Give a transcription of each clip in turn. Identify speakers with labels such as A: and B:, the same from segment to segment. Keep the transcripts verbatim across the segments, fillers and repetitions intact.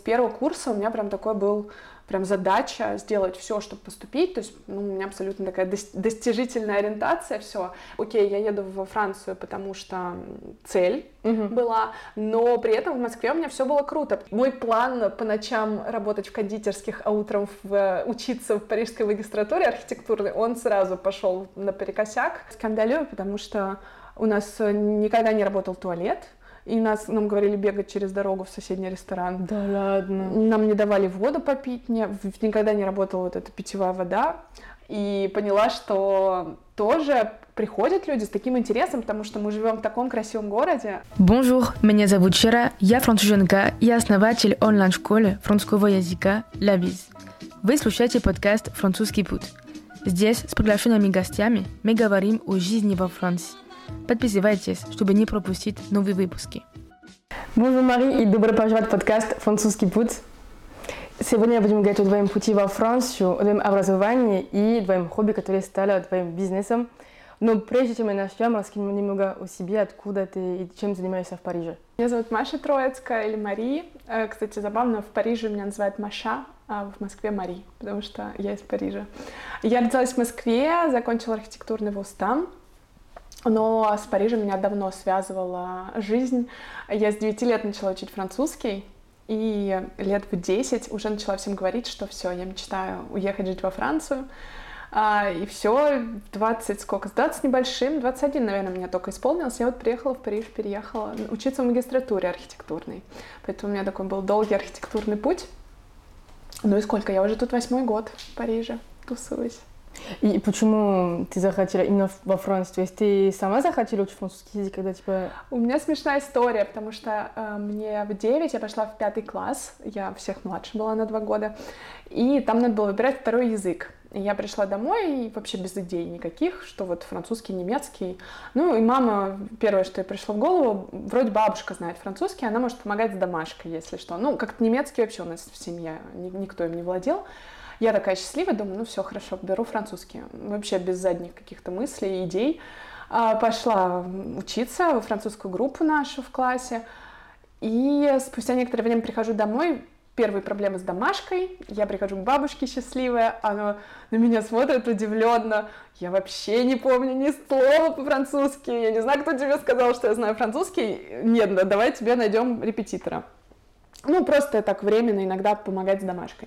A: первого курса у меня прям такой был прям задача сделать все, чтобы поступить. То есть ну, у меня абсолютно такая достижительная ориентация, все. Окей, я еду во Францию, потому что цель uh-huh. была, но при этом в Москве у меня все было круто. Мой план по ночам работать в кондитерских, а утром в, учиться в парижской магистратуре архитектурной, он сразу пошел наперекосяк. Скандалю, потому что у нас никогда не работал туалет. И нас, нам говорили бегать через дорогу в соседний ресторан.
B: Да ладно.
A: Нам не давали воду попить, не, никогда не работала вот эта питьевая вода. И поняла, что тоже приходят люди с таким интересом, потому что мы живем в таком красивом городе.
C: Bonjour, меня зовут Шера, я француженка и основатель онлайн-школы французского языка La Biz. Вы слушаете подкаст «Французский путь». Здесь с приглашенными гостями мы говорим о жизни во Франции. Подписывайтесь, чтобы не пропустить новые выпуски.
B: Bonjour Мари и добро пожаловать в подкаст «Французский путь». Сегодня будем говорить о твоем пути во Францию, о твоем образовании и твоем хобби, которое стало твоим бизнесом. Но прежде чем мы начнем, расскажи мне немного о себе, откуда ты и чем занимаешься в Париже.
A: Меня зовут Маша Троицкая или Мари. Кстати, забавно, в Париже меня называют Маша, а в Москве Мари, потому что я из Парижа. Я родилась в Москве, закончила архитектурный вуз там. Но с Парижем меня давно связывала жизнь. Я с девяти лет начала учить французский, и лет в десять уже начала всем говорить, что все, я мечтаю уехать жить во Францию. И все, двадцать, сколько, с двадцать небольшим, двадцать один, наверное, мне только исполнилось. Я вот приехала в Париж, переехала учиться в магистратуре архитектурной. Поэтому у меня такой был долгий архитектурный путь. Ну и сколько, я уже тут восьмой год в Париже тусуюсь.
B: И почему ты захотела именно во Франции? То есть ты сама захотела учить французский язык, когда типа...
A: У меня смешная история, потому что э, мне в девять, я пошла в пятый класс, я всех младше была на два года, и там надо было выбирать второй язык. И я пришла домой, и вообще без идей никаких, что вот французский, немецкий. Ну и мама, первое, что ей пришло в голову, вроде бабушка знает французский, она может помогать с домашкой, если что. Ну, как-то немецкий вообще у нас в семье, никто им не владел. Я такая счастливая, думаю, ну все, хорошо, беру французский. Вообще без задних каких-то мыслей и идей. Пошла учиться во французскую группу нашу в классе. И спустя некоторое время прихожу домой, первые проблемы с домашкой. Я прихожу к бабушке счастливая, она на меня смотрит удивленно. Я вообще не помню ни слова по-французски. Я не знаю, кто тебе сказал, что я знаю французский. Нет, да, давай тебе найдем репетитора. Ну, просто так временно иногда помогать с домашкой.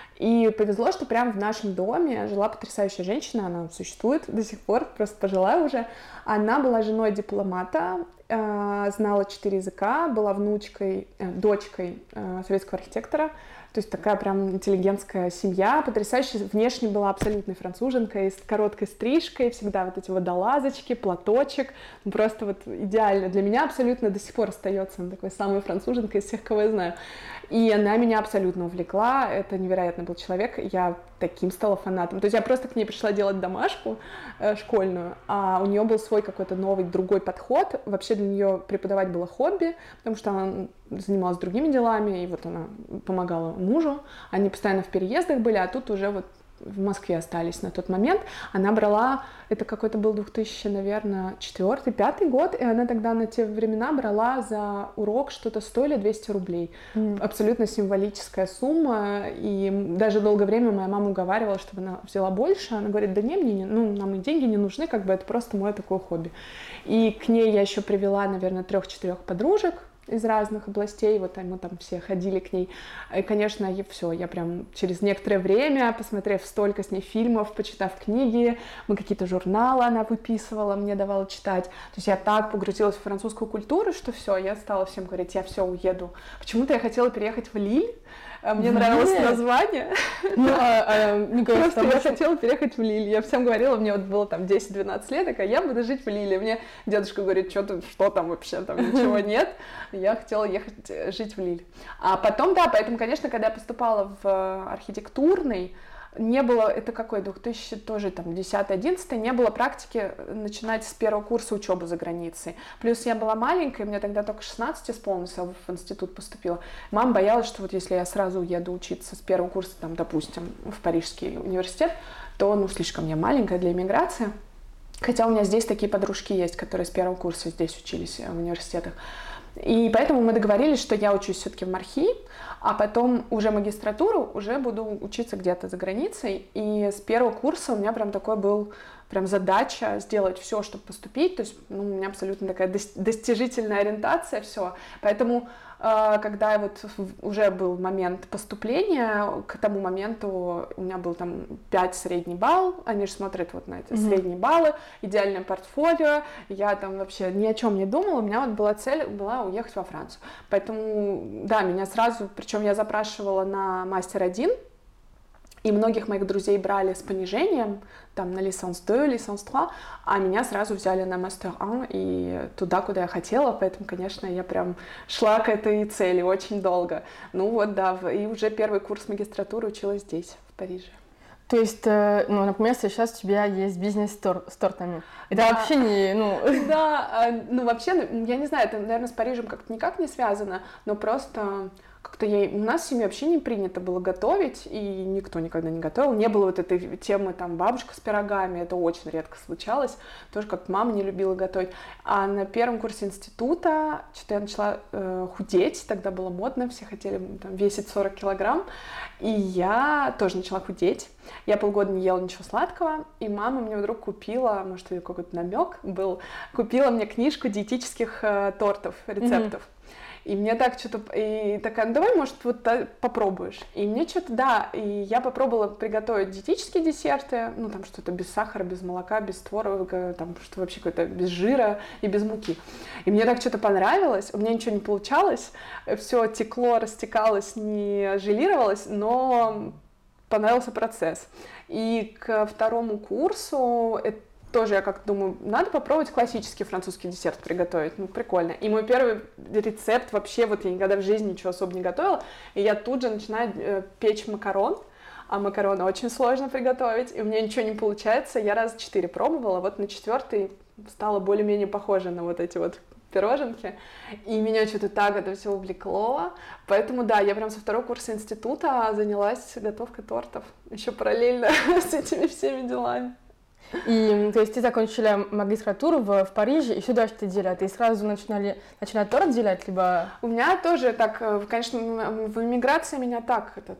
A: И повезло, что прямо в нашем доме жила потрясающая женщина, она существует до сих пор, просто пожила уже. Она была женой дипломата, э, знала четыре языка, была внучкой, э, дочкой э, советского архитектора. То есть такая прям интеллигентская семья, потрясающая. Внешне была абсолютной француженкой, с короткой стрижкой, всегда вот эти водолазочки, платочек. Просто вот идеально. Для меня абсолютно до сих пор остается она такой самой француженкой из всех, кого я знаю. И она меня абсолютно увлекла. Это невероятный был человек. Я таким стала фанатом. То есть я просто к ней пришла делать домашку э, школьную, а у нее был свой какой-то новый, другой подход. Вообще для нее преподавать было хобби, потому что она занималась другими делами, и вот она помогала мужу. Они постоянно в переездах были, а тут уже вот в Москве остались на тот момент. Она брала, это какой-то был две тысячи, наверное, четвёртый, пятый год, и она тогда на те времена брала за урок что-то сто или двести рублей. Mm. Абсолютно символическая сумма, и даже долгое время моя мама уговаривала, чтобы она взяла больше. Она говорит, да не, мне не, ну, нам и деньги не нужны, как бы это просто мое такое хобби. И к ней я еще привела, наверное, трех-четырех подружек из разных областей, вот мы там все ходили к ней, и, конечно, и все, я прям через некоторое время, посмотрев столько с ней фильмов, почитав книги, мы какие-то журналы она выписывала, мне давала читать, то есть я так погрузилась в французскую культуру, что все, я стала всем говорить, я все, уеду. Почему-то я хотела переехать в Лиль, мне нравилось название.
B: Ну, а, а, мне кажется,
A: Просто я очень... хотела переехать в Лиль. Я всем говорила, мне вот было там десять-двенадцать лет, такая, я буду жить в Лиле. Мне дедушка говорит, что ты, что там вообще, там ничего нет. Я хотела ехать жить в Лиль. А потом, да, поэтому, конечно, когда я поступала в архитектурный, не было, это какой, две тысячи, тоже там, десятый-одиннадцатый, не было практики начинать с первого курса учебы за границей. Плюс я была маленькая, мне тогда только шестнадцать исполнилось, а в институт поступила. Мама боялась, что вот если я сразу уеду учиться с первого курса, там, допустим, в Парижский университет, то, ну, слишком я маленькая для иммиграции. Хотя у меня здесь такие подружки есть, которые с первого курса здесь учились в университетах. И поэтому мы договорились, что я учусь все-таки в МАРХИ, а потом уже магистратуру уже буду учиться где-то за границей. И с первого курса у меня прям такой был прям задача сделать все, чтобы поступить. То есть ну, у меня абсолютно такая достижительная ориентация, все. Поэтому когда вот уже был момент поступления, к тому моменту у меня был там пять средний балл, они же смотрят вот на эти mm-hmm. средние баллы, идеальное портфолио, я там вообще ни о чем не думала, у меня вот была цель, была уехать во Францию. Поэтому, да, меня сразу, причем я запрашивала на мастер один, и многих моих друзей брали с понижением, там, на licence два, licence три, а меня сразу взяли на мастер один и туда, куда я хотела, поэтому, конечно, я прям шла к этой цели очень долго. Ну вот, да, и уже первый курс магистратуры училась здесь, в Париже.
B: То есть, ну, например, сейчас у тебя есть бизнес с тортами. Это да. вообще не, ну...
A: Да, ну, вообще, я не знаю, это, наверное, с Парижем как-то никак не связано, но просто... Как-то я, у нас в семье вообще не принято было готовить, и никто никогда не готовил. Не было вот этой темы, там, бабушка с пирогами, это очень редко случалось. Тоже как мама не любила готовить. А на первом курсе института что-то я начала э, худеть, тогда было модно, все хотели там, весить сорок килограмм, и я тоже начала худеть. Я полгода не ела ничего сладкого, и мама мне вдруг купила, может, это какой-то намек был, купила мне книжку диетических э, тортов, рецептов. Mm-hmm. И мне так что-то, и такая, ну давай, может, вот попробуешь. И мне что-то, да, и я попробовала приготовить диетические десерты, ну там что-то без сахара, без молока, без творога, там что вообще какое-то без жира и без муки. И мне так что-то понравилось, у меня ничего не получалось, все текло, растекалось, не желировалось, но понравился процесс. И к второму курсу это тоже я как-то думаю, надо попробовать классический французский десерт приготовить, ну прикольно. И мой первый рецепт вообще, вот я никогда в жизни ничего особо не готовила, и я тут же начинаю э, печь макарон, а макароны очень сложно приготовить, и у меня ничего не получается, я раз четыре пробовала, вот на четвертый стала более-менее похожа на вот эти вот пироженки, и меня что-то так это все увлекло, поэтому да, я прям со второго курса института занялась готовкой тортов, еще параллельно с этими всеми делами.
B: И, то есть, ты закончила магистратуру в, в Париже, и сюда что ты делала? Ты сразу начинали, начала торт делать, либо...
A: У меня тоже так, конечно, в эмиграции меня так этот...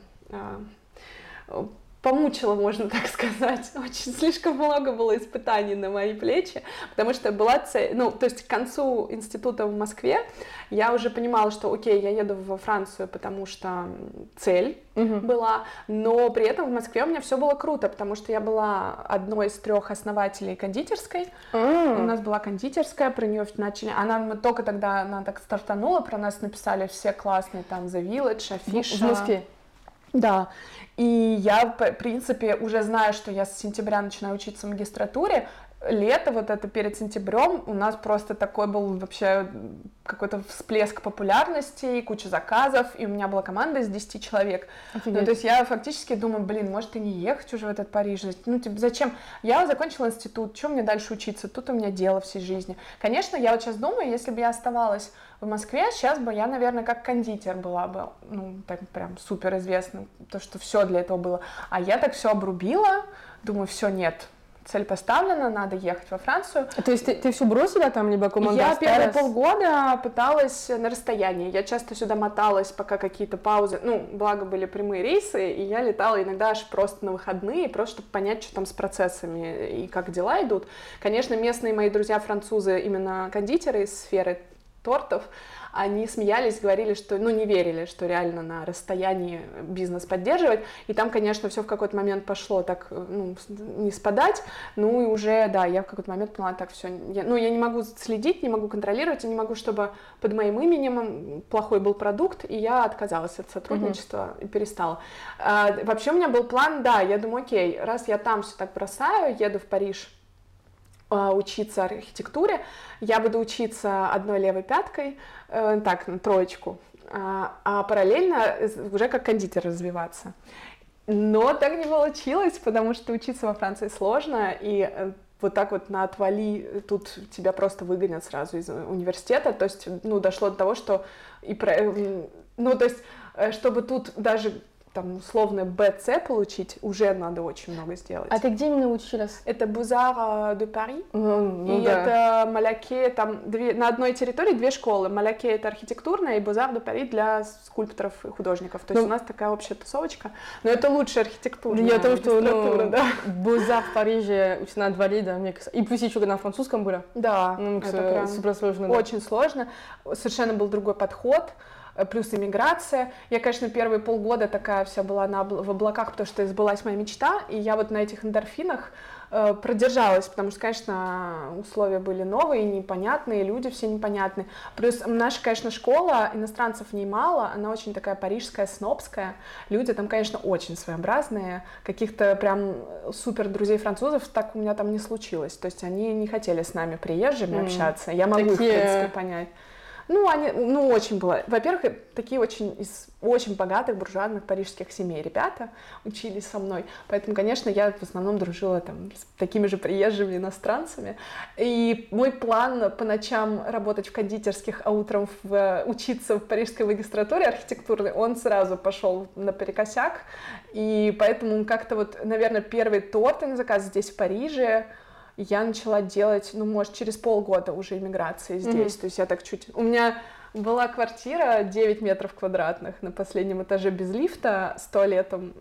A: помучила, можно так сказать. Очень слишком много было испытаний на мои плечи, потому что была цель, ну, то есть к концу института в Москве я уже понимала, что окей, я еду во Францию, потому что цель uh-huh. была, но при этом в Москве у меня все было круто, потому что я была одной из трех основателей кондитерской. Uh-huh. У нас была кондитерская, про нее начали, она мы только тогда она так стартанула, про нас написали все классные, там, The Village, Афиша.
B: В Москве?
A: Да, и я, в принципе, уже знаю, что я с сентября начинаю учиться в магистратуре, лето, вот это перед сентябрем, у нас просто такой был вообще какой-то всплеск популярности, куча заказов, и у меня была команда из десяти человек. Ну, то есть я фактически думаю, блин, может и не ехать уже в этот Париж, ну, типа, зачем? Я закончила институт, что мне дальше учиться? Тут у меня дело всей жизни. Конечно, я вот сейчас думаю, если бы я оставалась в Москве, сейчас бы я, наверное, как кондитер была бы, ну, так прям супер известным, то, что все для этого было. А я так все обрубила, думаю, все, нет, цель поставлена, надо ехать во Францию.
B: То есть ты, ты все бросила там, либо команда
A: Я
B: осталась?
A: первые полгода пыталась на расстоянии. Я часто сюда моталась, пока какие-то паузы, ну, благо были прямые рейсы, и я летала иногда аж просто на выходные, просто чтобы понять, что там с процессами и как дела идут. Конечно, местные мои друзья-французы, именно кондитеры из сферы тортов, они смеялись, говорили, что, ну, не верили, что реально на расстоянии бизнес поддерживать, и там, конечно, все в какой-то момент пошло так, ну, не спадать, ну, и уже, да, я в какой-то момент поняла, так, все, я, ну, я не могу следить, не могу контролировать, и не могу, чтобы под моим именем плохой был продукт, и я отказалась от сотрудничества mm-hmm. и перестала. А, вообще у меня был план, да, я думаю, окей, раз я там все так бросаю, еду в Париж, учиться архитектуре, я буду учиться одной левой пяткой, э, так, на троечку, а, а параллельно уже как кондитер развиваться. Но так не получилось, потому что учиться во Франции сложно, и вот так вот на отвали тут тебя просто выгонят сразу из университета, то есть, ну, дошло до того, что и про, ну, то есть, чтобы тут даже там условно бэ цэ получить, уже надо очень много сделать.
B: А ты где именно училась?
A: Это Beaux-Arts de Paris,
B: Ну, ну
A: и
B: да.
A: это Маляке, там две, на одной территории две школы. Маляке — это архитектурная, и Beaux-Arts de Paris для скульпторов и художников. То есть
B: Ну,
A: у нас такая общая тусовочка. Но это лучшая архитектурная
B: Я тому, что
A: магистратура,
B: ну,
A: да.
B: Beaux-Arts в Париже учена на два лета, мне кажется. И плюс еще на французском было.
A: Да,
B: Ну,
A: это
B: это
A: прям
B: супер сложно. Да.
A: очень сложно. Совершенно был другой подход. Плюс иммиграция. Я, конечно, первые полгода такая вся была на, обл- в облаках, потому что сбылась моя мечта, и я вот на этих эндорфинах э, продержалась, потому что, конечно, условия были новые, непонятные, люди все непонятные. Плюс наша, конечно, школа, иностранцев в ней мало, она очень такая парижская, снобская. Люди там, конечно, очень своеобразные, каких-то прям супер друзей французов так у меня там не случилось. То есть они не хотели с нами приезжими mm. общаться. Я могу
B: Такие...
A: их, в принципе, понять. Ну, они, ну, очень было. Во-первых, такие очень из очень богатых буржуазных парижских семей ребята учились со мной. Поэтому, конечно, я в основном дружила там с такими же приезжими иностранцами. И мой план по ночам работать в кондитерских, а утром в, учиться в парижской магистратуре архитектурной, он сразу пошел наперекосяк. И поэтому как-то вот, наверное, первый торт на заказ здесь, в Париже, я начала делать, ну, может, через полгода уже иммиграции здесь. Mm-hmm. То есть я так чуть... У меня была квартира девять метров квадратных на последнем этаже без лифта с туалетом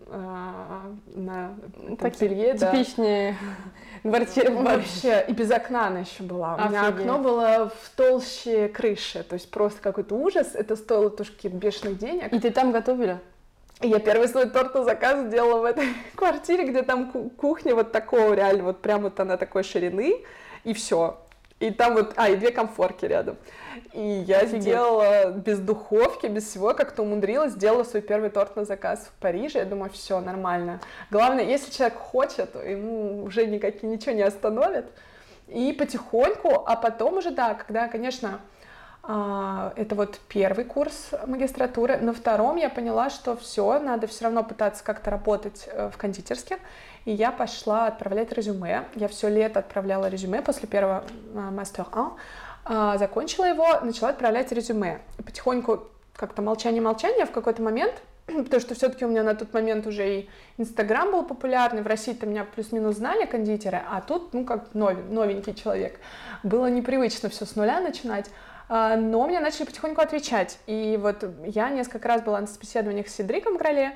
A: э, на пелье.
B: Типичные квартиры.
A: Вообще, и без окна она еще была. У меня окно было в толще крыши. То есть просто какой-то ужас. Это стоило тоже каких-то бешеных денег.
B: И ты там готовила?
A: Я первый свой торт на заказ сделала в этой квартире, где там кухня вот такого реально, вот прям вот она такой ширины, и все. И там вот, а, и две комфорки рядом. И я Офигеть. Сделала без духовки, без всего, как-то умудрилась, сделала свой первый торт на заказ в Париже. Я думаю, все нормально. Главное, если человек хочет, ему уже никак, ничего не остановит. И потихоньку, а потом уже, да, когда, конечно... Это вот первый курс магистратуры. На втором я поняла, что все, надо все равно пытаться как-то работать в кондитерских. И я пошла отправлять резюме. Я все лето отправляла резюме после первого мастер один. Закончила его, начала отправлять резюме. И потихоньку как-то молчание-молчание в какой-то момент, потому что все-таки у меня на тот момент уже и Инстаграм был популярный, в России-то меня плюс-минус знали кондитеры, а тут, ну, как новенький человек. Было непривычно все с нуля начинать. Но мне начали потихоньку отвечать. И вот я несколько раз была на собеседованиях с Седриком Гроле,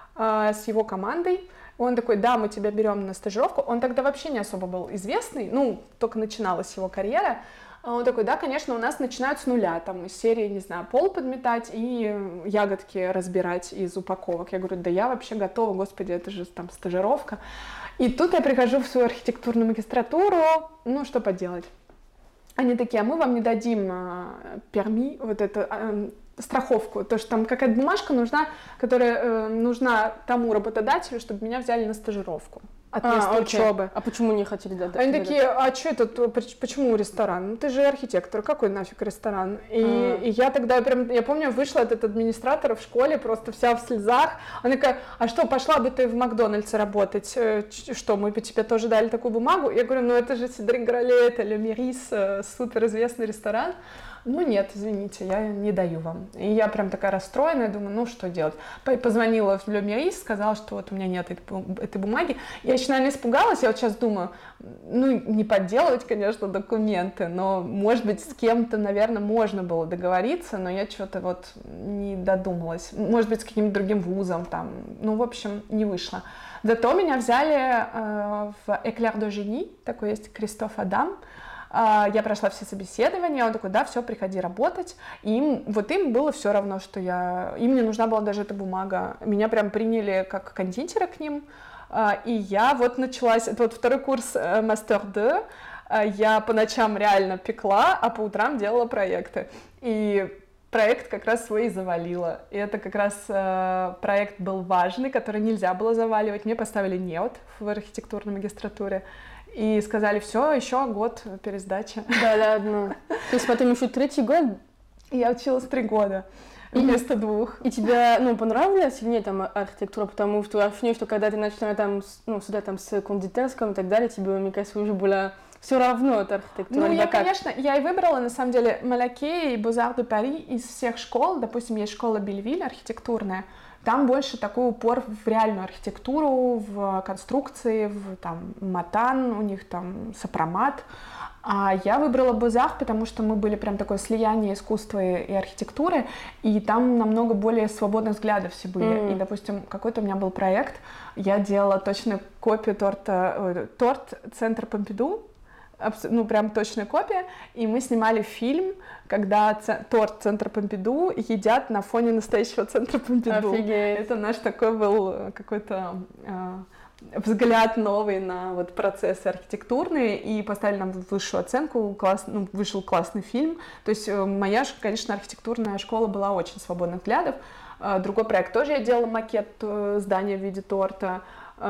A: с его командой. Он такой, да, мы тебя берем на стажировку. Он тогда вообще не особо был известный, ну, только начиналась его карьера. Он такой, да, конечно, у нас начинают с нуля, там, из серии, не знаю, пол подметать и ягодки разбирать из упаковок. Я говорю, да я вообще готова, господи, это же там стажировка. И тут я прихожу в свою архитектурную магистратуру, ну, что поделать. Они такие, а мы вам не дадим а, перми, вот эту а, страховку, то что там какая-то бумажка нужна, которая э, нужна тому работодателю, чтобы меня взяли на стажировку от места а, учебы.
B: А почему не хотели дать?
A: Они такие, а что это, почему ресторан? Ну ты же архитектор, какой нафиг ресторан? И, а. и я тогда прям, я помню, вышла от этого администратора в школе, просто вся в слезах. Она такая, а что, пошла бы ты в Макдональдсе работать? Что, мы бы тебе тоже дали такую бумагу? Я говорю, ну это же Седрик Гроле, это Ле Мирис, суперизвестный ресторан. Ну нет, извините, я не даю вам. И я прям такая расстроенная, думаю, ну что делать? Позвонила в Ле Мирис, сказала, что вот у меня нет этой бумаги. Я еще, наверное, испугалась, я вот сейчас думаю, ну не подделывать, конечно, документы, но, может быть, с кем-то, наверное, можно было договориться, но я что-то вот не додумалась. Может быть, с каким-то другим вузом там, ну, в общем, не вышло. Зато меня взяли э, в Éclair de Génie, такой есть Кристоф Адам. Я прошла все собеседования, он такой, да, все, приходи работать. И им, вот им было все равно, что я... Им не нужна была даже эта бумага. Меня прям приняли как кондитера к ним. И я вот началась... Это вот второй курс мастер два. Я по ночам реально пекла, а по утрам делала проекты. И проект как раз свой завалила. И это как раз проект был важный, который нельзя было заваливать. Мне поставили неот в архитектурной магистратуре. И сказали, все, еще год пересдача.
B: Да, ладно. То есть потом еще третий год?
A: Я училась три года вместо двух.
B: И тебе, ну, понравилась сильнее там архитектура, потому что я ощущаю, что когда ты начала там, ну, сюда там с кондитерским и так далее, тебе, мне кажется, уже было Все равно это архитектура.
A: Ну, я,
B: как?
A: конечно, я и выбрала, на самом деле, Malaquais и Beaux-Arts de Paris из всех школ. Допустим, есть школа Бельвиль архитектурная. Там больше такой упор в реальную архитектуру, в конструкции, в там матан, у них там сопромат. А я выбрала Beaux-Arts, потому что мы были прям такое слияние искусства и, и архитектуры, и там намного более свободных взглядов все были. Mm. И, допустим, какой-то у меня был проект, я делала точную копию торта, э, торт Центр Помпиду, ну, прям точная копия, и мы снимали фильм, когда ц... торт Центра Помпиду едят на фоне настоящего Центра Помпиду.
B: Офигеть.
A: Это наш такой был какой-то э, взгляд новый на вот процессы архитектурные, и поставили нам высшую оценку, класс... ну, вышел классный фильм. То есть э, моя, конечно, архитектурная школа была очень свободных взглядов. Э, другой проект тоже я делала макет э, здания в виде торта.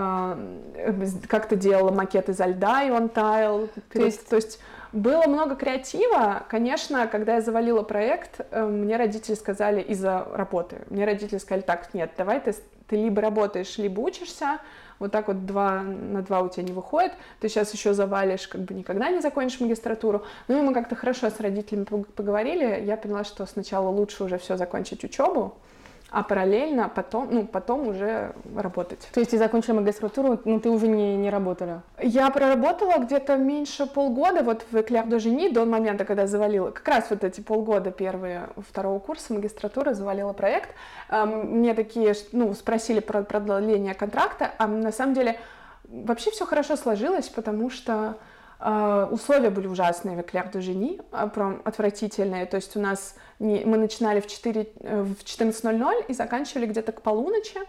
A: Как-то делала макет изо льда, и он таял. То есть, то есть было много креатива. Конечно, когда я завалила проект, мне родители сказали из-за работы. Мне родители сказали: так, нет, давай ты, ты либо работаешь, либо учишься. Вот так вот два на два у тебя не выходит. Ты сейчас еще завалишь, как бы никогда не закончишь магистратуру. Ну и мы как-то хорошо с родителями поговорили. Я поняла, что сначала лучше уже все закончить учебу, а параллельно потом, ну, потом уже работать.
B: То есть ты закончила магистратуру, но ты уже не, не работала?
A: Я проработала где-то меньше полгода вот в Éclair de Génie до момента, когда завалила. Как раз вот эти полгода первые второго курса магистратуры завалила проект. Мне такие, ну, спросили про продление контракта, а на самом деле вообще все хорошо сложилось, потому что Uh, условия были ужасные в Éclair de Génie, uh, прям отвратительные. То есть у нас не, мы начинали в, четыре, uh, в четырнадцать ноль ноль и заканчивали где-то к полуночи.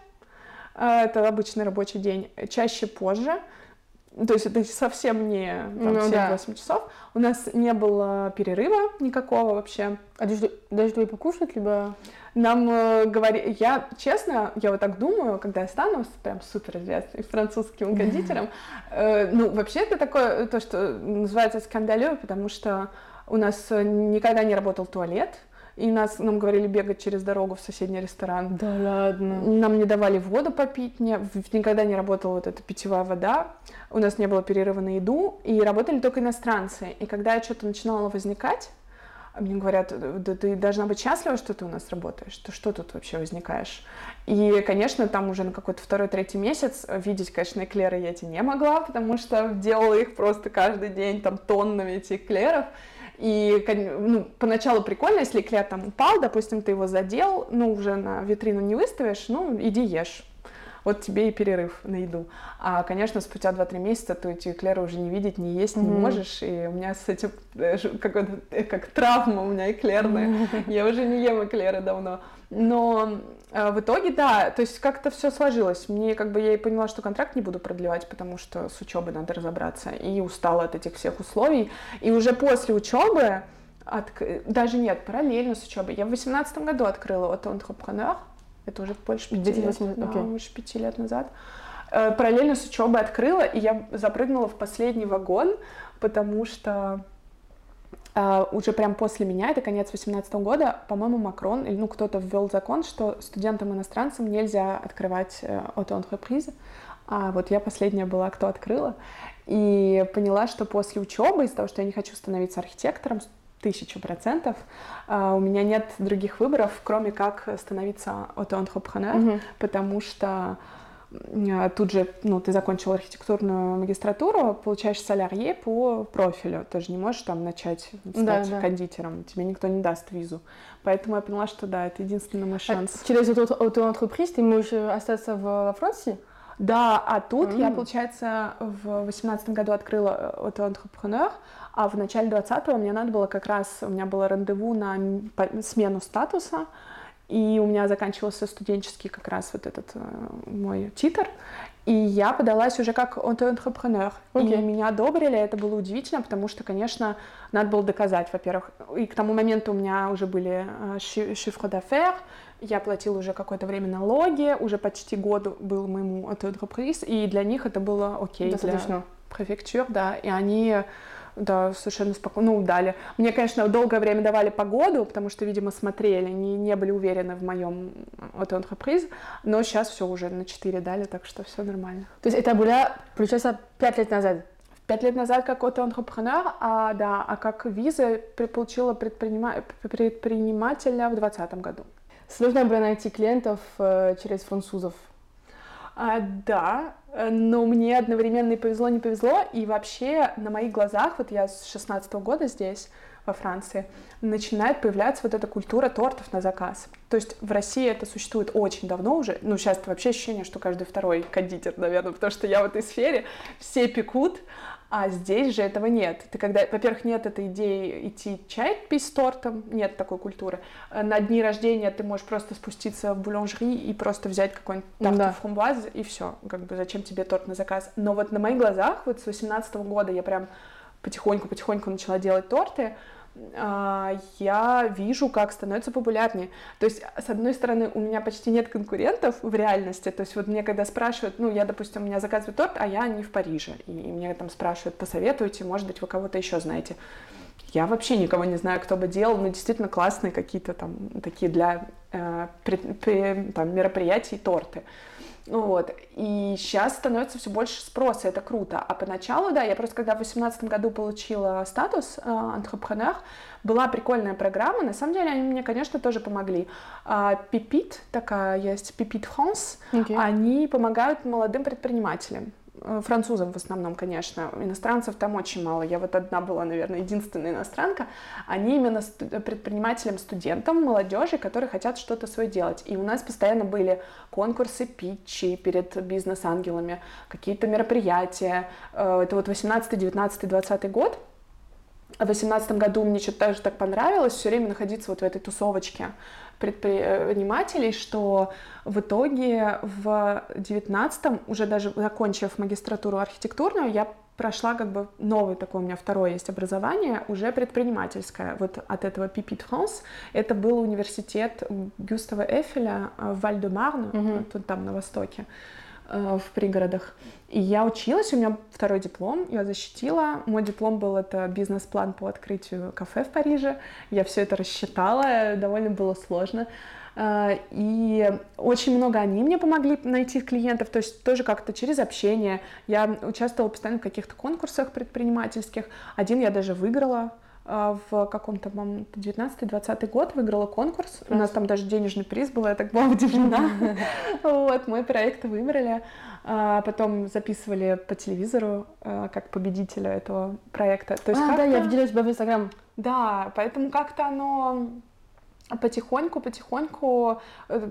A: Uh, это обычный рабочий день, чаще позже. То есть это совсем не там, ну, семь-восемь да. часов. У нас не было перерыва никакого вообще.
B: А даже, даже твои покушать, либо...
A: Нам э, говорили, я, честно, я вот так думаю, когда я стану прям суперизвестным французским кондитером, э, ну, вообще это такое, то, что называется скандалё, потому что у нас никогда не работал туалет, и нас, нам говорили бегать через дорогу в соседний ресторан.
B: Да ладно.
A: Нам не давали воду попить, не, никогда не работала вот эта питьевая вода, у нас не было перерыва на еду, и работали только иностранцы. И когда что-то начинало возникать, мне говорят: да ты должна быть счастлива, что ты у нас работаешь, ты что тут вообще возникаешь? И, конечно, там уже на какой-то второй-третий месяц видеть, конечно, эклеры я эти не могла, потому что делала их просто каждый день, там, тоннами этих эклеров. И, ну, поначалу прикольно, если эклер там упал, допустим, ты его задел, ну, уже на витрину не выставишь, ну, иди ешь. Вот тебе и перерыв на еду. А, конечно, спустя два-три месяца ты эти эклеры уже не видеть, не есть, mm-hmm. не можешь. И у меня с этим какой-то, как травма у меня эклерная. Mm-hmm. Я уже не ем эклеры давно. Но а, в итоге, да, то есть как-то все сложилось. Мне как бы я и поняла, что контракт не буду продлевать, потому что с учебой надо разобраться. И устала от этих всех условий. И уже после учебы, от... даже нет, параллельно с учебой, я в восемнадцатом году открыла Auto-Entrepreneur. Это уже больше пяти лет, да, okay. больше пяти лет назад. Э, параллельно с учебой открыла, и я запрыгнула в последний вагон, потому что э, уже прям после меня, это конец восемнадцатого года, по-моему, Макрон, или ну кто-то ввел закон, что студентам-иностранцам нельзя открывать э, auto-entreprise. А вот я последняя была, кто открыла. И поняла, что после учебы, из-за того, что я не хочу становиться архитектором, тысячу процентов. Uh, у меня нет других выборов, кроме как становиться auto-entrepreneur, mm-hmm. потому что uh, тут же, ну, ты закончил архитектурную магистратуру, получаешь салярье по профилю. Ты же не можешь там начать стать да, да. кондитером, тебе никто не даст визу. Поэтому я поняла, что да, это единственный мой шанс.
B: А через auto-entreprise ты можешь остаться во Франции?
A: Да, а тут mm-hmm. я, получается, в восемнадцатом году открыла auto-entrepreneur, а в начале двадцатого мне надо было как раз, у меня было рандеву на смену статуса, и у меня заканчивался студенческий как раз вот этот э, мой титр, и я подалась уже как auto-entrepreneur. Okay. И меня одобрили, это было удивительно, потому что, конечно, надо было доказать, во-первых, и к тому моменту у меня уже были chiffre d'affaires, я платила уже какое-то время налоги, уже почти год был моему auto-entreprise, и для них это было окей, для префектур, да, и они... Да, совершенно спокойно, ну, дали. Мне, конечно, долгое время давали погоду, потому что, видимо, смотрели, не, не были уверены в моем auto-entreprise, но сейчас все уже на четыре дали, так что все нормально.
B: То есть это было, получается, пять лет назад?
A: Пять лет назад как auto-entrepreneur, а, да, а как виза получила предпринима... предпринимателя в двадцатом году.
B: Сложно было найти клиентов э, через французов?
A: А, да, но мне одновременно и повезло, не повезло, и вообще на моих глазах, вот я с шестнадцатого года здесь, во Франции, начинает появляться вот эта культура тортов на заказ. То есть в России это существует очень давно уже, ну сейчас вообще ощущение, что каждый второй кондитер, наверное, потому что я в этой сфере, все пекут, а здесь же этого нет. Ты когда, во-первых, нет этой идеи идти чай пить с тортом, нет такой культуры. На дни рождения ты можешь просто спуститься в бoulangerie и просто взять какой-нибудь тарт
B: да.
A: фрамбуаз, и все. Как бы зачем тебе торт на заказ? Но вот на моих глазах, вот с восемнадцатого года я прям потихоньку-потихоньку начала делать торты, я вижу, как становится популярнее. То есть, с одной стороны, у меня почти нет конкурентов в реальности. То есть, вот мне когда спрашивают, ну, я, допустим, у меня заказывают торт, а я не в Париже. И мне там спрашивают, посоветуйте, может быть, вы кого-то еще знаете. Я вообще никого не знаю, кто бы делал, но действительно классные какие-то там такие для э, при, при, там, мероприятий торты. Вот. И сейчас становится все больше спроса, это круто. А поначалу, да, я просто когда в восемнадцатом году получила статус э, entrepreneur, была прикольная программа, на самом деле они мне, конечно, тоже помогли. Pipit, такая есть, Pipit France, okay. Они помогают молодым предпринимателям. Французам в основном, конечно, иностранцев там очень мало. Я вот одна была, наверное, единственная иностранка. Они именно предпринимателям, студентам, молодежи, которые хотят что-то свое делать. И у нас постоянно были конкурсы, питчи перед бизнес-ангелами, какие-то мероприятия. Это вот восемнадцатый, девятнадцатый, двадцатый год. В восемнадцатом году мне что-то даже так понравилось все время находиться вот в этой тусовочке предпринимателей, что в итоге в девятнадцатом, уже даже закончив магистратуру архитектурную, я прошла как бы новое такое, у меня второе есть образование, уже предпринимательское. Вот от этого Pipit France. Это был университет Гюстава Эйфеля в Валь-де-Марн, mm-hmm. там на востоке, в пригородах. И я училась, у меня второй диплом, я защитила. Мой диплом был это бизнес-план по открытию кафе в Париже. Я все это рассчитала, довольно было сложно. И очень много они мне помогли найти клиентов, то есть тоже как-то через общение. Я участвовала постоянно в каких-то конкурсах предпринимательских. Один я даже выиграла. В каком-то, по-моему, девятнадцатый-двадцатый год выиграла конкурс. У нас там даже денежный приз был, я так была удивлена. Вот, мой проект выбрали. Потом записывали по телевизору как победителя этого проекта.
B: То есть а, да, я видела тебя в Инстаграм.
A: Да, поэтому как-то оно потихоньку, потихоньку,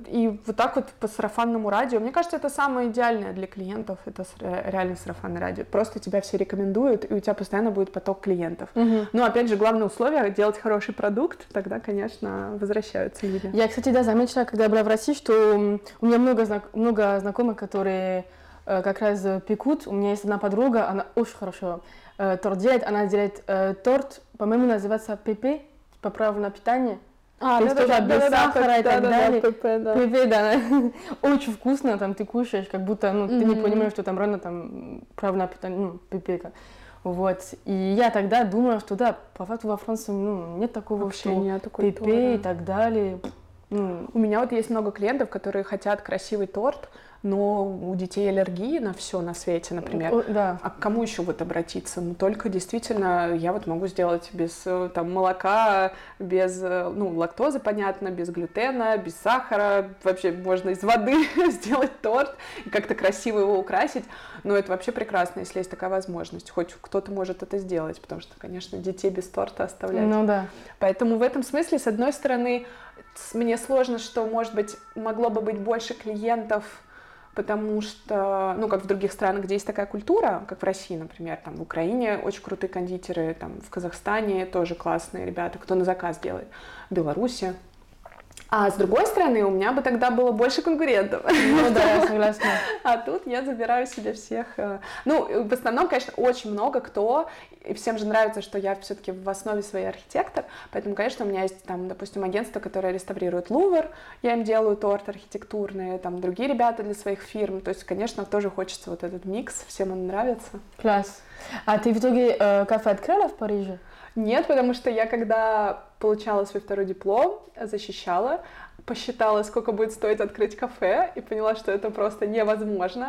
A: и вот так вот по сарафанному радио. Мне кажется, это самое идеальное для клиентов, это реально сарафанное радио. Просто тебя все рекомендуют, и у тебя постоянно будет поток клиентов. Угу. Но, опять же, главное условие — делать хороший продукт, тогда, конечно, возвращаются люди.
B: Я, кстати, да, заметила, когда я была в России, что у меня много, знак- много знакомых, которые э, как раз пекут. У меня есть одна подруга, она очень хорошо э, торт делает. Она делает э, торт, по-моему, называется пепе, по правильному питанию.
A: А,
B: то есть
A: да,
B: тоже
A: да,
B: без
A: да,
B: сахара
A: да,
B: и так
A: да,
B: далее.
A: Да, пепе, да.
B: Пепе, да. Очень вкусно, там ты кушаешь, как будто, ну, mm-hmm. ты не понимаешь, что там реально там правильное питание, ну, пепека. Вот. И я тогда думала, что да, по факту во Франции, ну, нет такого,
A: вообще
B: что
A: нет
B: пепе и так далее.
A: Ну. У меня вот есть много клиентов, которые хотят красивый торт, но у детей аллергии на все на свете, например.
B: О, да.
A: А к кому еще вот обратиться? Ну, только действительно я вот могу сделать без там, молока, без ну, лактозы, понятно, без глютена, без сахара. Вообще можно из воды сделать торт и как-то красиво его украсить. Но это вообще прекрасно, если есть такая возможность. Хоть кто-то может это сделать, потому что, конечно, детей без торта оставлять.
B: Ну да.
A: Поэтому в этом смысле, с одной стороны, мне сложно, что, может быть, могло бы быть больше клиентов, потому что, ну, как в других странах, где есть такая культура, как в России, например, там в Украине очень крутые кондитеры, там в Казахстане тоже классные ребята, кто на заказ делает, в Беларуси. А с другой стороны, у меня бы тогда было больше конкурентов.
B: Ну да, я согласна.
A: А тут я забираю себе всех. Ну, в основном, конечно, очень много кто, и всем же нравится, что я все-таки в основе своей архитектор, поэтому, конечно, у меня есть там, допустим, агентство, которое реставрирует Лувр, я им делаю торт архитектурный, там другие ребята для своих фирм, то есть, конечно, тоже хочется вот этот микс, всем он нравится.
B: Класс. А ты в итоге э, кафе открыла в Париже?
A: Нет, потому что я, когда получала свой второй диплом, защищала, посчитала, сколько будет стоить открыть кафе, и поняла, что это просто невозможно.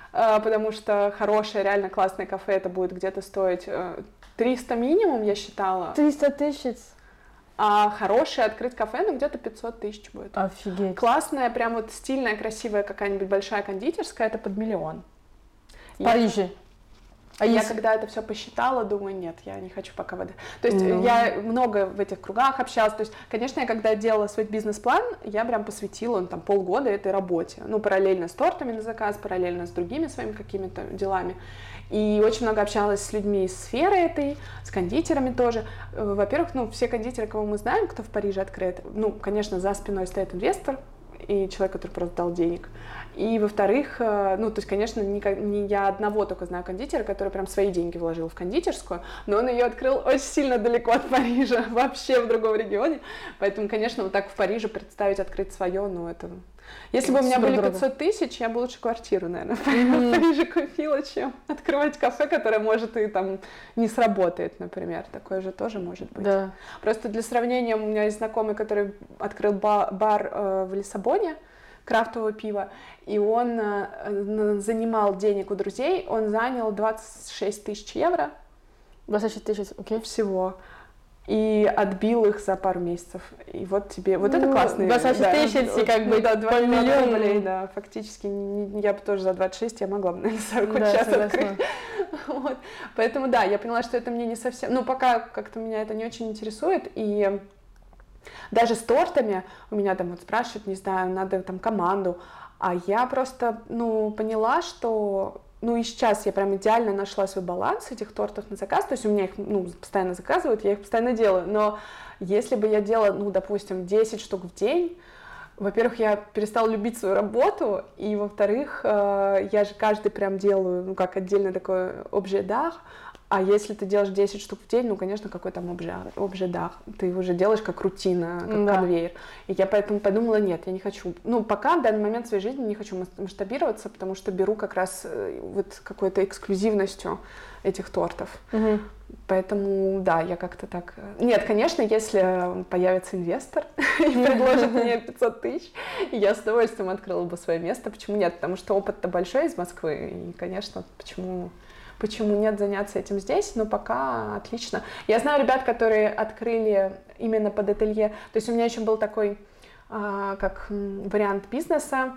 A: потому что хорошее, реально классное кафе, это будет где-то стоить триста минимум, я считала.
B: триста тысяч?
A: А хорошее открыть кафе, ну, где-то пятьсот тысяч будет.
B: Офигеть.
A: Классная, прям вот стильная, красивая какая-нибудь большая кондитерская, это под миллион.
B: В Париже?
A: А я если... когда это все посчитала, думаю, нет, я не хочу пока воды. То есть
B: ну...
A: я много в этих кругах общалась. То есть, конечно, я когда делала свой бизнес-план, я прям посвятила он, там, полгода этой работе. Ну, параллельно с тортами на заказ, параллельно с другими своими какими-то делами. И очень много общалась с людьми из сферы этой, с кондитерами тоже. Во-первых, ну, все кондитеры, кого мы знаем, кто в Париже открыт, ну, конечно, за спиной стоит инвестор и человек, который просто дал денег. И, во-вторых, ну, то есть, конечно, не, не я одного только знаю кондитера, который прям свои деньги вложил в кондитерскую, но он ее открыл очень сильно далеко от Парижа, вообще в другом регионе. Поэтому, конечно, вот так в Париже представить, открыть свое, ну, это... Если бы у меня были пятьсот тысяч, я бы лучше квартиру, наверное, mm-hmm. в Париже купила, чем открывать кафе, которое, может, и там не сработает, например. Такое же тоже может быть.
B: Да.
A: Просто для сравнения, у меня есть знакомый, который открыл ба- бар э, в Лиссабоне, крафтового пива, и он э, занимал денег у друзей, он занял двадцать шесть тысяч евро.
B: двадцать шесть тысяч, окей. Okay.
A: Всего. И отбил их за пару месяцев. И вот тебе... Вот это
B: ну,
A: классный...
B: двадцать шесть тысяч, да, как бы,
A: да, два миллиона рублей, да, фактически. Не, не, я бы тоже за двадцать шесть я могла бы, наверное, сорок
B: да,
A: сейчас
B: согласна.
A: Открыть. Вот. Поэтому, да, я поняла, что это мне не совсем... Ну, пока как-то меня это не очень интересует, и даже с тортами у меня там вот спрашивают, не знаю, надо там команду, а я просто, ну, поняла, что... Ну и сейчас я прям идеально нашла свой баланс этих тортов на заказ, то есть у меня их, ну, постоянно заказывают, я их постоянно делаю, но если бы я делала, ну, допустим, десять штук в день, во-первых, я перестала любить свою работу, и, во-вторых, я же каждый прям делаю, ну, как отдельно такой objet d'art, а если ты делаешь десять штук в день, ну, конечно, какой там objet d'art, ты уже делаешь как рутина, как да. конвейер. И я поэтому подумала, нет, я не хочу, ну, пока в данный момент своей жизни не хочу масштабироваться, потому что беру как раз вот какой-то эксклюзивностью этих тортов.
B: Угу.
A: Поэтому, да, я как-то так... Нет, конечно, если появится инвестор и предложит мне пятьсот тысяч, я с удовольствием открыла бы свое место. Почему нет? Потому что опыт-то большой из Москвы, и, конечно, почему... Почему нет заняться этим здесь, но пока отлично. Я знаю ребят, которые открыли именно под ателье. То есть у меня еще был такой, а, как вариант бизнеса,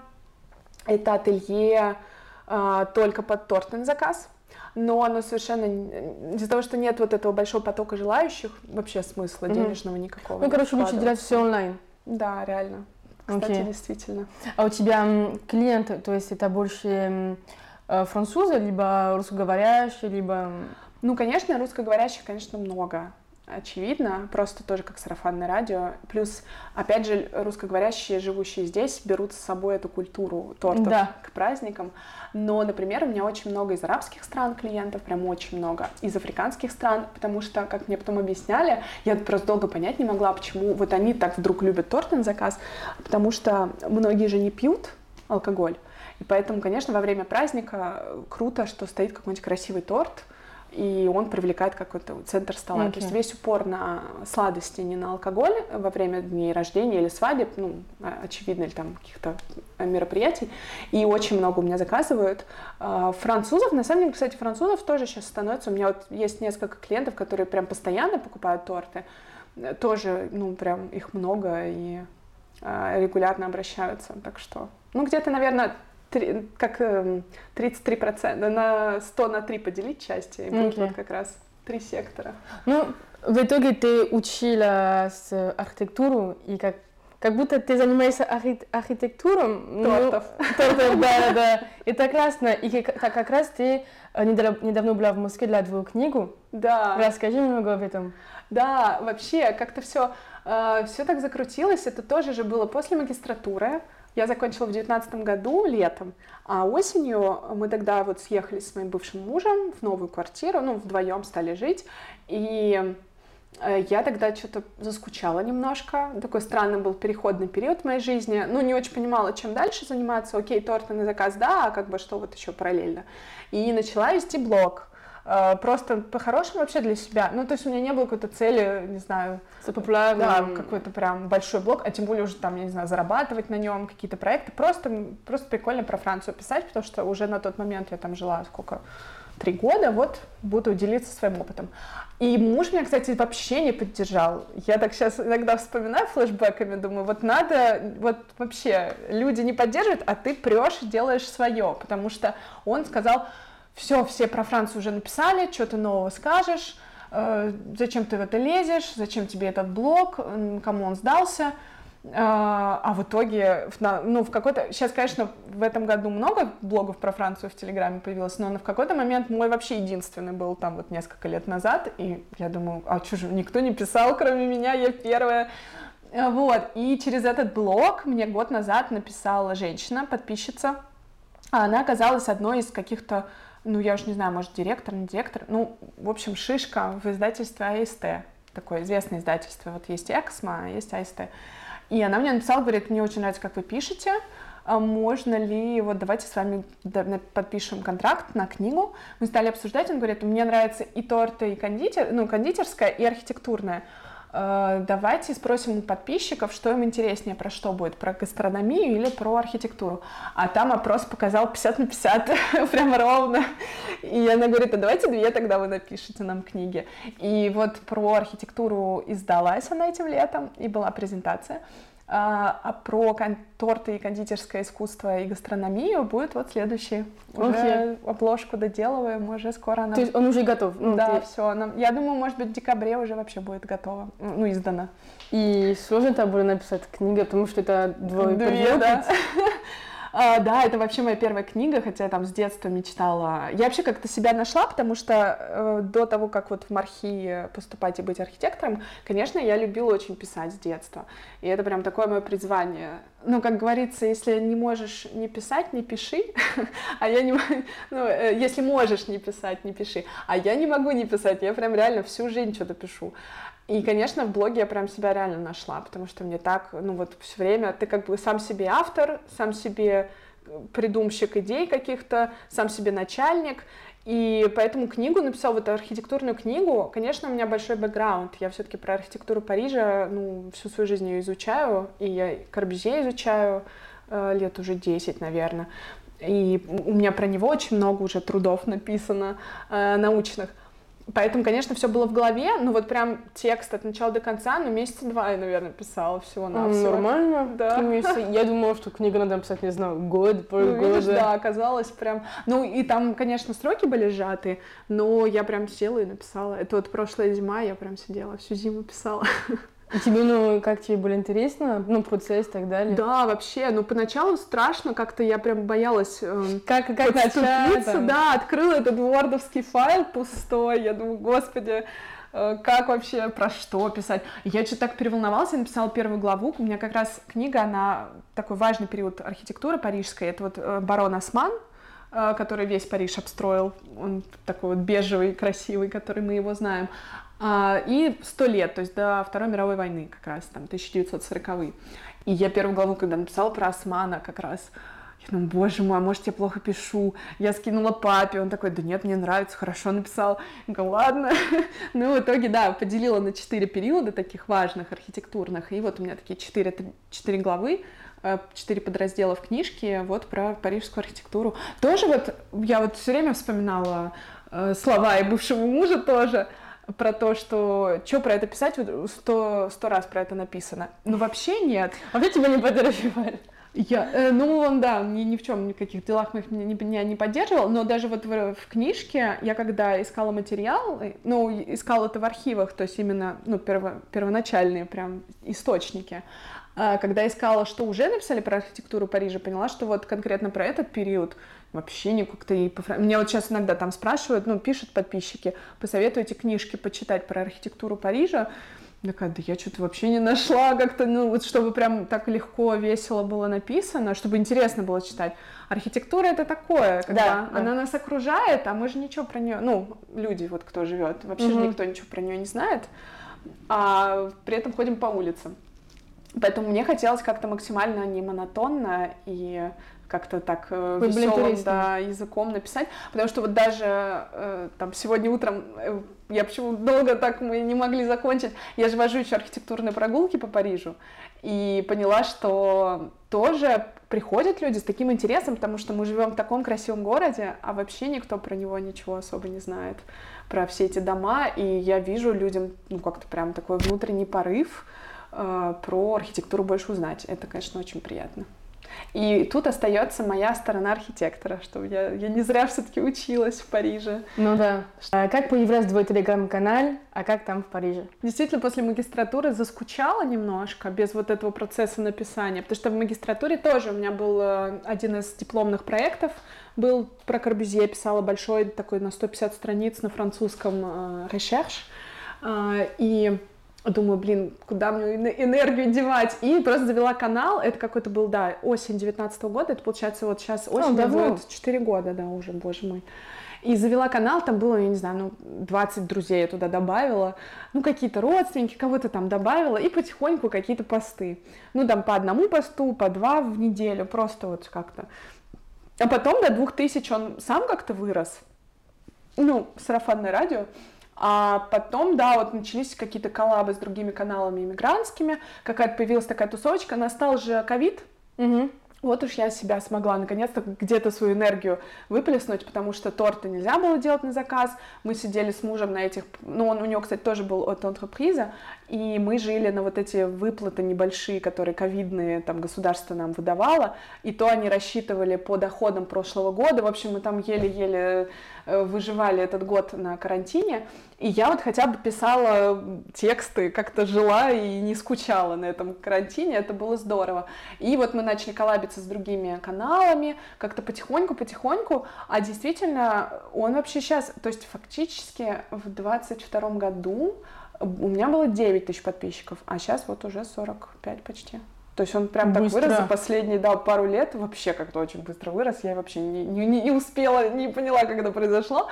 A: это ателье а, только под торты на заказ. Но оно совершенно... Из-за того, что нет вот этого большого потока желающих, вообще смысла mm-hmm. денежного никакого.
B: Ну, короче, лучше делать все онлайн.
A: Да, реально. Кстати, okay. действительно.
B: А у тебя клиенты, то есть это больше... французы, либо русскоговорящие, либо...
A: Ну, конечно, русскоговорящих, конечно, много. Очевидно, просто тоже как сарафанное радио. Плюс, опять же, русскоговорящие, живущие здесь, берут с собой эту культуру тортов да. к праздникам. Но, например, у меня очень много из арабских стран клиентов, прям очень много. Из африканских стран, потому что, как мне потом объясняли, я просто долго понять не могла, почему вот они так вдруг любят торты на заказ, потому что многие же не пьют алкоголь. И поэтому, конечно, во время праздника круто, что стоит какой-нибудь красивый торт, и он привлекает какой-то центр стола. Okay. То есть весь упор на сладости, не на алкоголь во время дней рождения или свадеб, ну, очевидно, или там каких-то мероприятий. И очень много у меня заказывают. Французов, на самом деле, кстати, французов тоже сейчас становится. У меня вот есть несколько клиентов, которые прям постоянно покупают торты. Тоже, ну, прям их много и регулярно обращаются. Так что, ну, где-то, наверное, как тридцать три процента на сто на три поделить части, и будет okay. вот как раз три сектора.
B: Ну, в итоге ты училась архитектуру, и как, как будто ты занимаешься архи- архитектурой.
A: Тортов.
B: Ну, тортов, да, да. Это классно. И как, как раз ты недавно была в Москве для твою книгу.
A: Да.
B: Расскажи немного об этом.
A: Да, вообще, как-то все, э, все так закрутилось. Это тоже же было после магистратуры. Я закончила в девятнадцатом году, летом, а осенью мы тогда вот съехали с моим бывшим мужем в новую квартиру, ну, вдвоем стали жить, и я тогда что-то заскучала немножко, такой странный был переходный период в моей жизни, ну, не очень понимала, чем дальше заниматься, окей, торты на заказ, да, а как бы что вот еще параллельно, и начала вести блог. просто по-хорошему вообще для себя. Ну, то есть у меня не было какой-то цели, не знаю, да, какой-то прям большой блог, а тем более уже там, я не знаю, зарабатывать на нем, какие-то проекты. Просто, просто прикольно про Францию писать, потому что уже на тот момент я там жила сколько... Три года, вот, буду делиться своим опытом. И муж меня, кстати, вообще не поддержал. Я так сейчас иногда вспоминаю флешбэками, думаю, вот надо, вот вообще, люди не поддерживают, а ты прешь и делаешь свое, потому что он сказал, все, все про Францию уже написали, что ты нового скажешь, э, зачем ты в это лезешь, зачем тебе этот блог, кому он сдался. А, а в итоге, ну, в какой-то... Сейчас, конечно, в этом году много блогов про Францию в Телеграме появилось, но в какой-то момент мой вообще единственный был там вот несколько лет назад, и я думаю, а что же, никто не писал, кроме меня, я первая. Вот, и через этот блог мне год назад написала женщина, подписчица, а она оказалась одной из каких-то, ну, я уж не знаю, может, директор, не директор, ну, в общем, шишка в издательстве а эс тэ, такое известное издательство, вот есть Эксмо, а есть а эс тэ. И она мне написала, говорит, мне очень нравится, как вы пишете, можно ли, вот давайте с вами подпишем контракт на книгу. Мы стали обсуждать, он говорит, мне нравится и торты, и кондитер, ну, кондитерская, и архитектурная. Давайте спросим у подписчиков, что им интереснее, про что будет, про гастрономию или про архитектуру. А там опрос показал пятьдесят на пятьдесят, прямо ровно. И она говорит, а давайте две тогда вы напишите нам книги. И вот про архитектуру издалась она этим летом, и была презентация. А, а про кон- торты и кондитерское искусство и гастрономию будет вот следующий. Уже okay. обложку доделываем, уже скоро она...
B: То есть он уже готов? Ну,
A: да,
B: ты...
A: все. Она... Я думаю, может быть, в декабре уже вообще будет готово, ну, издано.
B: И сложно там было написать книгу, потому что это двое
A: Две, да. Uh, да, это вообще моя первая книга, хотя я там с детства мечтала. Я вообще как-то себя нашла, потому что uh, до того, как вот в МАРХИ поступать и быть архитектором, конечно, я любила очень писать с детства. И это прям такое мое призвание. Ну, как говорится, если не можешь не писать, не пиши. А я не... Ну, если можешь не писать, не пиши. А я не могу не писать, я прям реально всю жизнь что-то пишу. И, конечно, в блоге я прям себя реально нашла, потому что мне так, ну вот все время, ты как бы сам себе автор, сам себе придумщик идей каких-то, сам себе начальник, и поэтому книгу написала, вот архитектурную книгу. Конечно, у меня большой бэкграунд, я все-таки про архитектуру Парижа, ну, всю свою жизнь ее изучаю, и я Корбюзье изучаю э, лет уже десять, наверное, и у меня про него очень много уже трудов написано, э, научных. Поэтому, конечно, все было в голове, но вот прям текст от начала до конца, ну, месяца два я, наверное, писала всего-навсего.
B: Нормально?
A: Да.
B: Я думала, что книгу надо писать, не знаю, год, полгода.
A: Ну, видишь, да, оказалось прям... Ну, и там, конечно, сроки были сжаты, но я прям села и написала. Это вот прошлая зима, я прям сидела, всю зиму писала.
B: И тебе, ну, как тебе было интересно, ну, процесс и так далее?
A: Да, вообще, ну, поначалу страшно, как-то я прям боялась э,
B: как, как начать,
A: да, открыла этот вордовский файл пустой, я думаю, господи, э, как вообще, про что писать? Я что-то так переволновалась, я написала первую главу, у меня как раз книга, она такой важный период архитектуры парижской, это вот э, барон Осман, э, который весь Париж обстроил, он такой вот бежевый, красивый, который мы его знаем. И сто лет, то есть до Второй мировой войны как раз, там, тысяча девятьсот сороковые. И я первую главу, когда написала про Османа как раз, я думаю, боже мой, а может, я плохо пишу? Я скинула папе, он такой, да нет, мне нравится, хорошо написал. Я говорю, ладно. Ну, в итоге, да, поделила на четыре периода таких важных архитектурных, и вот у меня такие четыре, четыре главы, четыре подраздела в книжке, вот про парижскую архитектуру. Тоже вот, я вот все время вспоминала слова и бывшего мужа тоже, про то, что что про это писать, сто, сто раз про это написано. Ну, вообще нет.
B: А что тебя не поддерживали?
A: Я, э, ну, он, да, ни, ни в чем, никаких делах меня не, не, не поддерживал, но даже вот в, в книжке я когда искала материал, ну, искала это в архивах, то есть именно, ну, перво, первоначальные прям источники, а когда искала, что уже написали про архитектуру Парижа, поняла, что вот конкретно про этот период вообще не как-то и по... Меня вот сейчас иногда там спрашивают, ну, пишут подписчики, посоветуйте книжки почитать про архитектуру Парижа. Я такая, да я что-то вообще не нашла как-то, ну, вот чтобы прям так легко, весело было написано, чтобы интересно было читать. Архитектура — это такое, когда
B: да, да.
A: она нас окружает, а мы же ничего про нее, ну, люди вот кто живет, вообще угу. же никто ничего про нее не знает, а при этом ходим по улицам. Поэтому мне хотелось как-то максимально не монотонно и как-то так э, веселым, да, языком написать, потому что вот даже э, там сегодня утром, э, я почему долго так мы не могли закончить, я же вожу еще архитектурные прогулки по Парижу, и поняла, что тоже приходят люди с таким интересом, потому что мы живем в таком красивом городе, а вообще никто про него ничего особо не знает, про все эти дома, и я вижу людям, ну, как-то прям такой внутренний порыв э, про архитектуру больше узнать. Это, конечно, очень приятно. И тут остается моя сторона архитектора, что я, я не зря все-таки училась в Париже.
B: Ну да. А как появился твой телеграм-канал, а как там в Париже?
A: Действительно, после магистратуры заскучала немножко, без вот этого процесса написания, потому что в магистратуре тоже у меня был один из дипломных проектов, был про Корбюзье, писала большой такой на сто пятьдесят страниц на французском «Recherche», и думаю, блин, куда мне энергию девать? И просто завела канал. Это какой-то был, да, осень девятнадцатого года. Это, получается, вот сейчас осень,
B: О,
A: будет четыре года, да, уже, боже мой. И завела канал, там было, я не знаю, ну, двадцать друзей я туда добавила, ну, какие-то родственники, кого-то там добавила, и потихоньку какие-то посты. Ну, там по одному посту, по два в неделю, просто вот как-то. А потом до двух тысяч он сам как-то вырос. Ну, сарафанное радио. А потом, да, вот начались какие-то коллабы с другими каналами иммигрантскими, какая-то появилась такая тусовочка, настал же ковид,
B: угу.
A: Вот уж я себя смогла наконец-то где-то свою энергию выплеснуть, потому что торты нельзя было делать на заказ, мы сидели с мужем на этих, ну, он, у него, кстати, тоже был от entreprise, и мы жили на вот эти выплаты небольшие, которые ковидные, там, государство нам выдавало, и то они рассчитывали по доходам прошлого года, в общем, мы там еле-еле выживали этот год на карантине, и я вот хотя бы писала тексты, как-то жила и не скучала на этом карантине, это было здорово. И вот мы начали коллабиться с другими каналами, как-то потихоньку-потихоньку, а действительно он вообще сейчас, то есть фактически в двадцать втором году у меня было девять тысяч подписчиков, а сейчас вот уже сорок пять почти. То есть он прям
B: быстро.
A: Так вырос за последние, да, пару лет, вообще как-то очень быстро вырос, я вообще не, не, не успела, не поняла, как это произошло.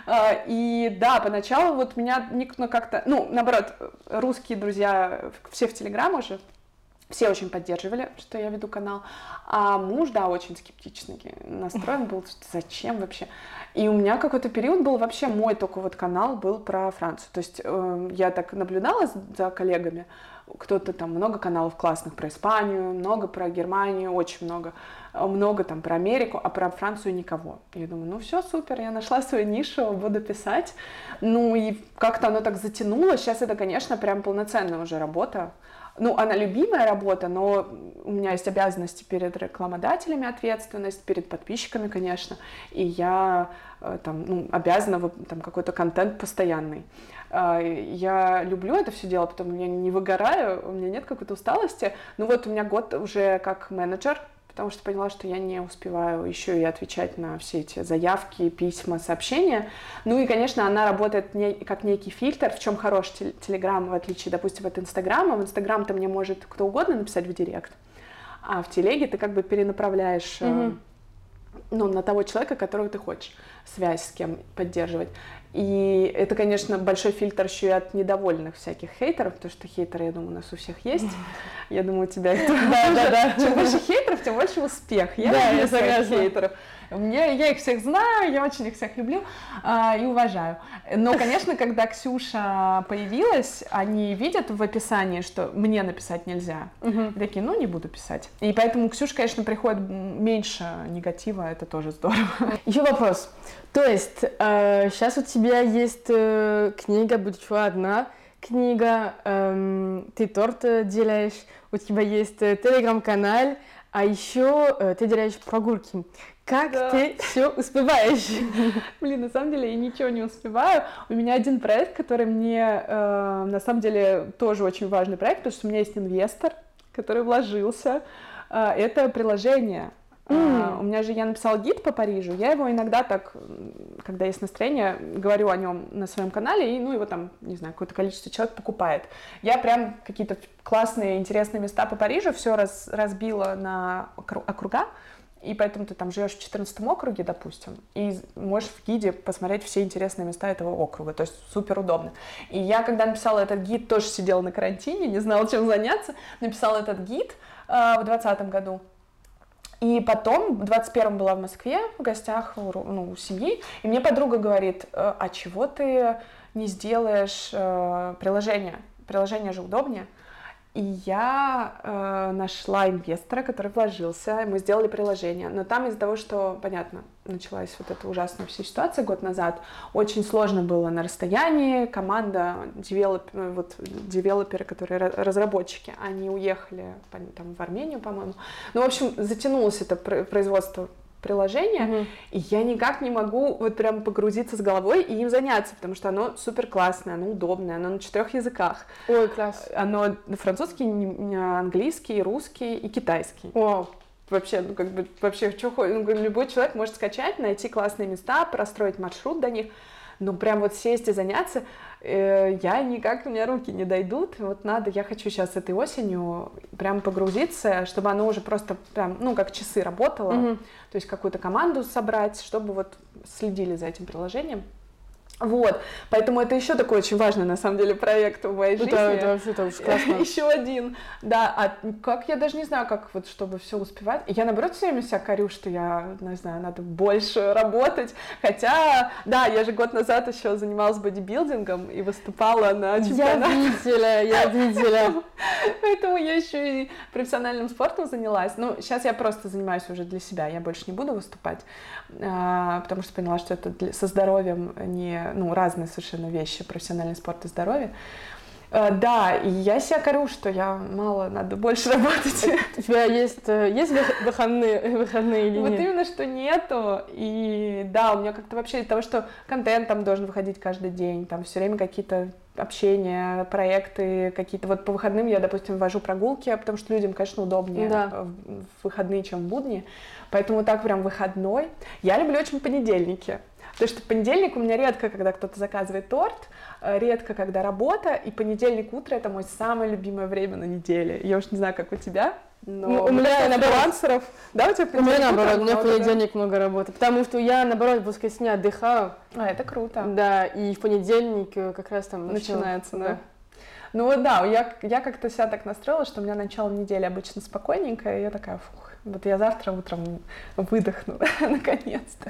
A: И да, поначалу вот меня никто как-то, ну, наоборот, русские друзья, все в Телеграм уже, все очень поддерживали, что я веду канал, а муж, да, очень скептичный настроен был, что зачем вообще. И у меня какой-то период был вообще, мой только вот канал был про Францию, то есть э, я так наблюдала за коллегами, кто-то там, много каналов классных про Испанию, много про Германию, очень много, много там про Америку, а про Францию никого. Я думаю, ну все, супер, я нашла свою нишу, буду писать. Ну и как-то оно так затянуло, сейчас это, конечно, прям полноценная уже работа. Ну, она любимая работа, но у меня есть обязанности перед рекламодателями, ответственность, перед подписчиками, конечно, и я там, ну, обязана там, какой-то контент постоянный. Я люблю это все дело, потому что я не выгораю, у меня нет какой-то усталости. Ну вот у меня год уже как менеджер, потому что поняла, что я не успеваю еще и отвечать на все эти заявки, письма, сообщения. Ну и, конечно, она работает не, как некий фильтр, в чем хорош Телеграм, в отличие, допустим, от Инстаграма. В Инстаграм-то мне может кто угодно написать в директ, а в Телеге ты как бы перенаправляешь mm-hmm. ну, на того человека, которого ты хочешь, связь с кем поддерживать. И это, конечно, большой фильтр еще и от недовольных всяких хейтеров, потому что хейтеры, я думаю, у нас у всех есть. Я думаю, у тебя это тоже. Чем больше хейтеров, тем больше успех. Я люблю своих хейтеров. Мне, я их всех знаю, я очень их всех люблю а, и уважаю. Но, конечно, когда Ксюша появилась, они видят в описании, что мне написать нельзя. Угу. Такие, ну, не буду писать. И поэтому Ксюша, конечно, приходит меньше негатива, это тоже здорово.
B: Еще вопрос. То есть, э, сейчас у тебя есть э, книга, будет еще одна книга, э, ты торт делаешь, у тебя есть э, телеграм-канал, а еще э, ты делаешь прогулки. Как да. ты все успеваешь?
A: Блин, на самом деле я ничего не успеваю. У меня один проект, который мне, э, на самом деле, тоже очень важный проект, потому что у меня есть инвестор, который вложился. Э, это приложение. Mm. Uh, у меня же, я написала гид по Парижу, я его иногда так, когда есть настроение, говорю о нем на своем канале, и, ну, его там, не знаю, какое-то количество человек покупает. Я прям какие-то классные, интересные места по Парижу все раз, разбила на округа, и поэтому ты там живешь в четырнадцатом округе, допустим, и можешь в гиде посмотреть все интересные места этого округа, то есть супер удобно. И я, когда написала этот гид, тоже сидела на карантине, не знала, чем заняться, написала этот гид uh, в двадцатом году. И потом, в двадцать первом была в Москве в гостях у, ну, у семьи, и мне подруга говорит, а чего ты не сделаешь э, приложение? Приложение же удобнее. И я э, нашла инвестора, который вложился, и мы сделали приложение. Но там из-за того, что, понятно, началась вот эта ужасная вся ситуация год назад, очень сложно было на расстоянии. Команда, девелоп, вот, девелоперы, которые разработчики, они уехали там, в Армению, по-моему. Ну, в общем, затянулось это производство приложение, mm-hmm. и я никак не могу вот прям погрузиться с головой и им заняться, потому что оно супер классное, оно удобное, оно на четырех языках.
B: Ой, класс.
A: Оно французский, английский, русский и китайский.
B: Вау.
A: Вообще, ну как бы, вообще, что, ну, любой человек может скачать, найти классные места, простроить маршрут до них, но прям вот сесть и заняться, э, я никак, у меня руки не дойдут, вот надо, я хочу сейчас этой осенью прям погрузиться, чтобы оно уже просто прям, ну, как часы работало, mm-hmm. то есть какую-то команду собрать, чтобы вот следили за этим приложением. Вот, поэтому это еще такой очень важный, на самом деле, проект в моей
B: это,
A: жизни.
B: Это вообще это очень классно.
A: Еще один, да, а как я даже не знаю, как вот, чтобы все успевать. Я, наоборот, все время себя корю, что я, не знаю, надо больше работать, хотя, да, я же год назад еще занималась бодибилдингом и выступала на чемпионате.
B: Я видела, я видела.
A: Поэтому я еще и профессиональным спортом занялась. Ну, сейчас я просто занимаюсь уже для себя, я больше не буду выступать, потому что поняла, что это со здоровьем не... ну, разные совершенно вещи, профессиональный спорт и здоровье. Да, и я себя корю, что я мало, надо больше работать.
B: У тебя есть, есть выходные, выходные или
A: нет?
B: нет?
A: Вот именно, что нету. И да, у меня как-то вообще из-за того, что контент там должен выходить каждый день, там все время какие-то общения, проекты какие-то. Вот по выходным я, допустим, вожу прогулки, потому что людям, конечно, удобнее да. в выходные, чем в будни. Поэтому вот так прям выходной. Я люблю очень понедельники. Потому что понедельник у меня редко, когда кто-то заказывает торт, редко, когда работа, и понедельник утро — это мой самое любимое время на неделе. Я уж не знаю, как у тебя, но
B: ну, у меня
A: на балансеров. Да, у тебя
B: понедельник? У меня наоборот, у меня в понедельник много работы, потому что я, наоборот, в воскресенье отдыхаю.
A: А, это круто.
B: Да, и в понедельник как раз там
A: начинается, да. да. Ну вот да, я, я как-то себя так настроила, что у меня начало недели обычно спокойненькое, и я такая, фух, вот я завтра утром выдохну, наконец-то.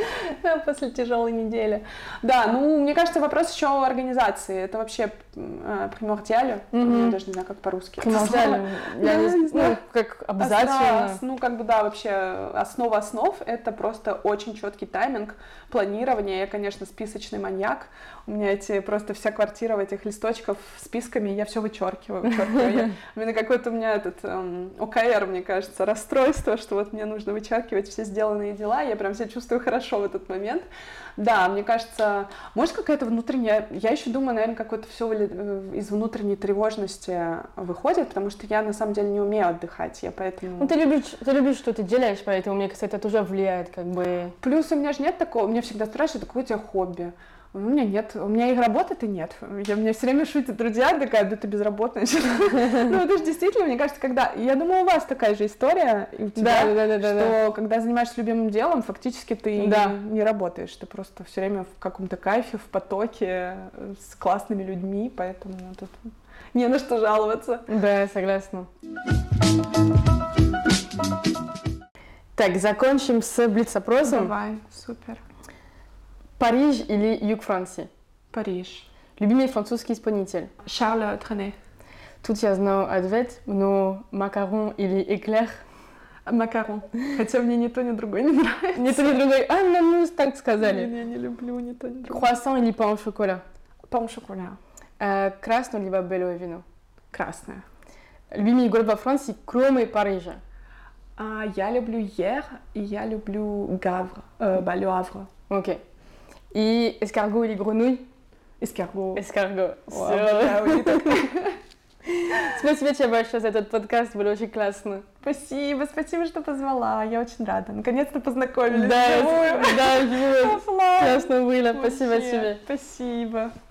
A: После тяжелой недели. Да, ну, мне кажется, вопрос еще организации. Это вообще примордиально. Mm-hmm. Я даже не знаю, как по-русски.
B: Примордиально. Я не знаю, как обязательно.
A: Ну, как бы, да, вообще основа основ — это просто очень четкий тайминг, планирование. Я, конечно, списочный маньяк. У меня эти просто вся квартира в этих листочках с списками, я все вычеркиваю. вычеркиваю. Я, именно какой-то у меня этот эм, о ка эр, мне кажется, расстройство, что вот мне нужно вычеркивать все сделанные дела. Я прям себя чувствую хорошо в этот момент. Да, мне кажется, может, какая-то внутренняя... Я еще думаю, наверное, какое-то все из внутренней тревожности выходит, потому что я, на самом деле, не умею отдыхать. Я поэтому...
B: Ну, ты любишь, ты любишь, что ты делаешь, поэтому, мне кажется, это тоже влияет, как бы...
A: Плюс у меня же нет такого... Меня всегда спрашивают, какое у тебя хобби? У меня нет, у меня их работы-то нет. Я, мне все время шутят друзья, такая, да ты безработная. Ну, это же действительно, мне кажется, когда... Я думаю, у вас такая же история, у тебя,
B: да, да, да,
A: что
B: да.
A: когда занимаешься любимым делом, фактически ты
B: да.
A: не, не работаешь. Ты просто все время в каком-то кайфе, в потоке, с классными людьми, поэтому тут не на что жаловаться.
B: Да, согласна. Так, закончим с блиц-опросом.
A: Давай, супер.
B: Париж или юг Франции?
A: Париж.
B: Любимый французский исполнитель?
A: Шарль Трене.
B: Тут я знаю ответ, но макарон или эклер?
A: Макарон. Хотя мне ни то, ни другое не нравится.
B: Ни то, ни другое. А, ну, мы так сказали.
A: Не, я не люблю ни то, ни другое.
B: Круассан или pain au chocolat?
A: Pain au chocolat.
B: Э, красное либо белое вино?
A: Красное.
B: Любимый город во Франции, кроме Парижа?
A: А, я люблю Йер и я люблю Гавр, э, bah, Le Havre.
B: Окей. Okay. И эскарго или гренouille?
A: Эскарго.
B: Эскарго.
A: Wow, да, oui, так...
B: Спасибо тебе большое за этот подкаст, было очень классно.
A: Спасибо, спасибо, что позвала, я очень рада. Наконец-то познакомились.
B: Да, да,
A: классно было,
B: спасибо тебе.
A: Спасибо.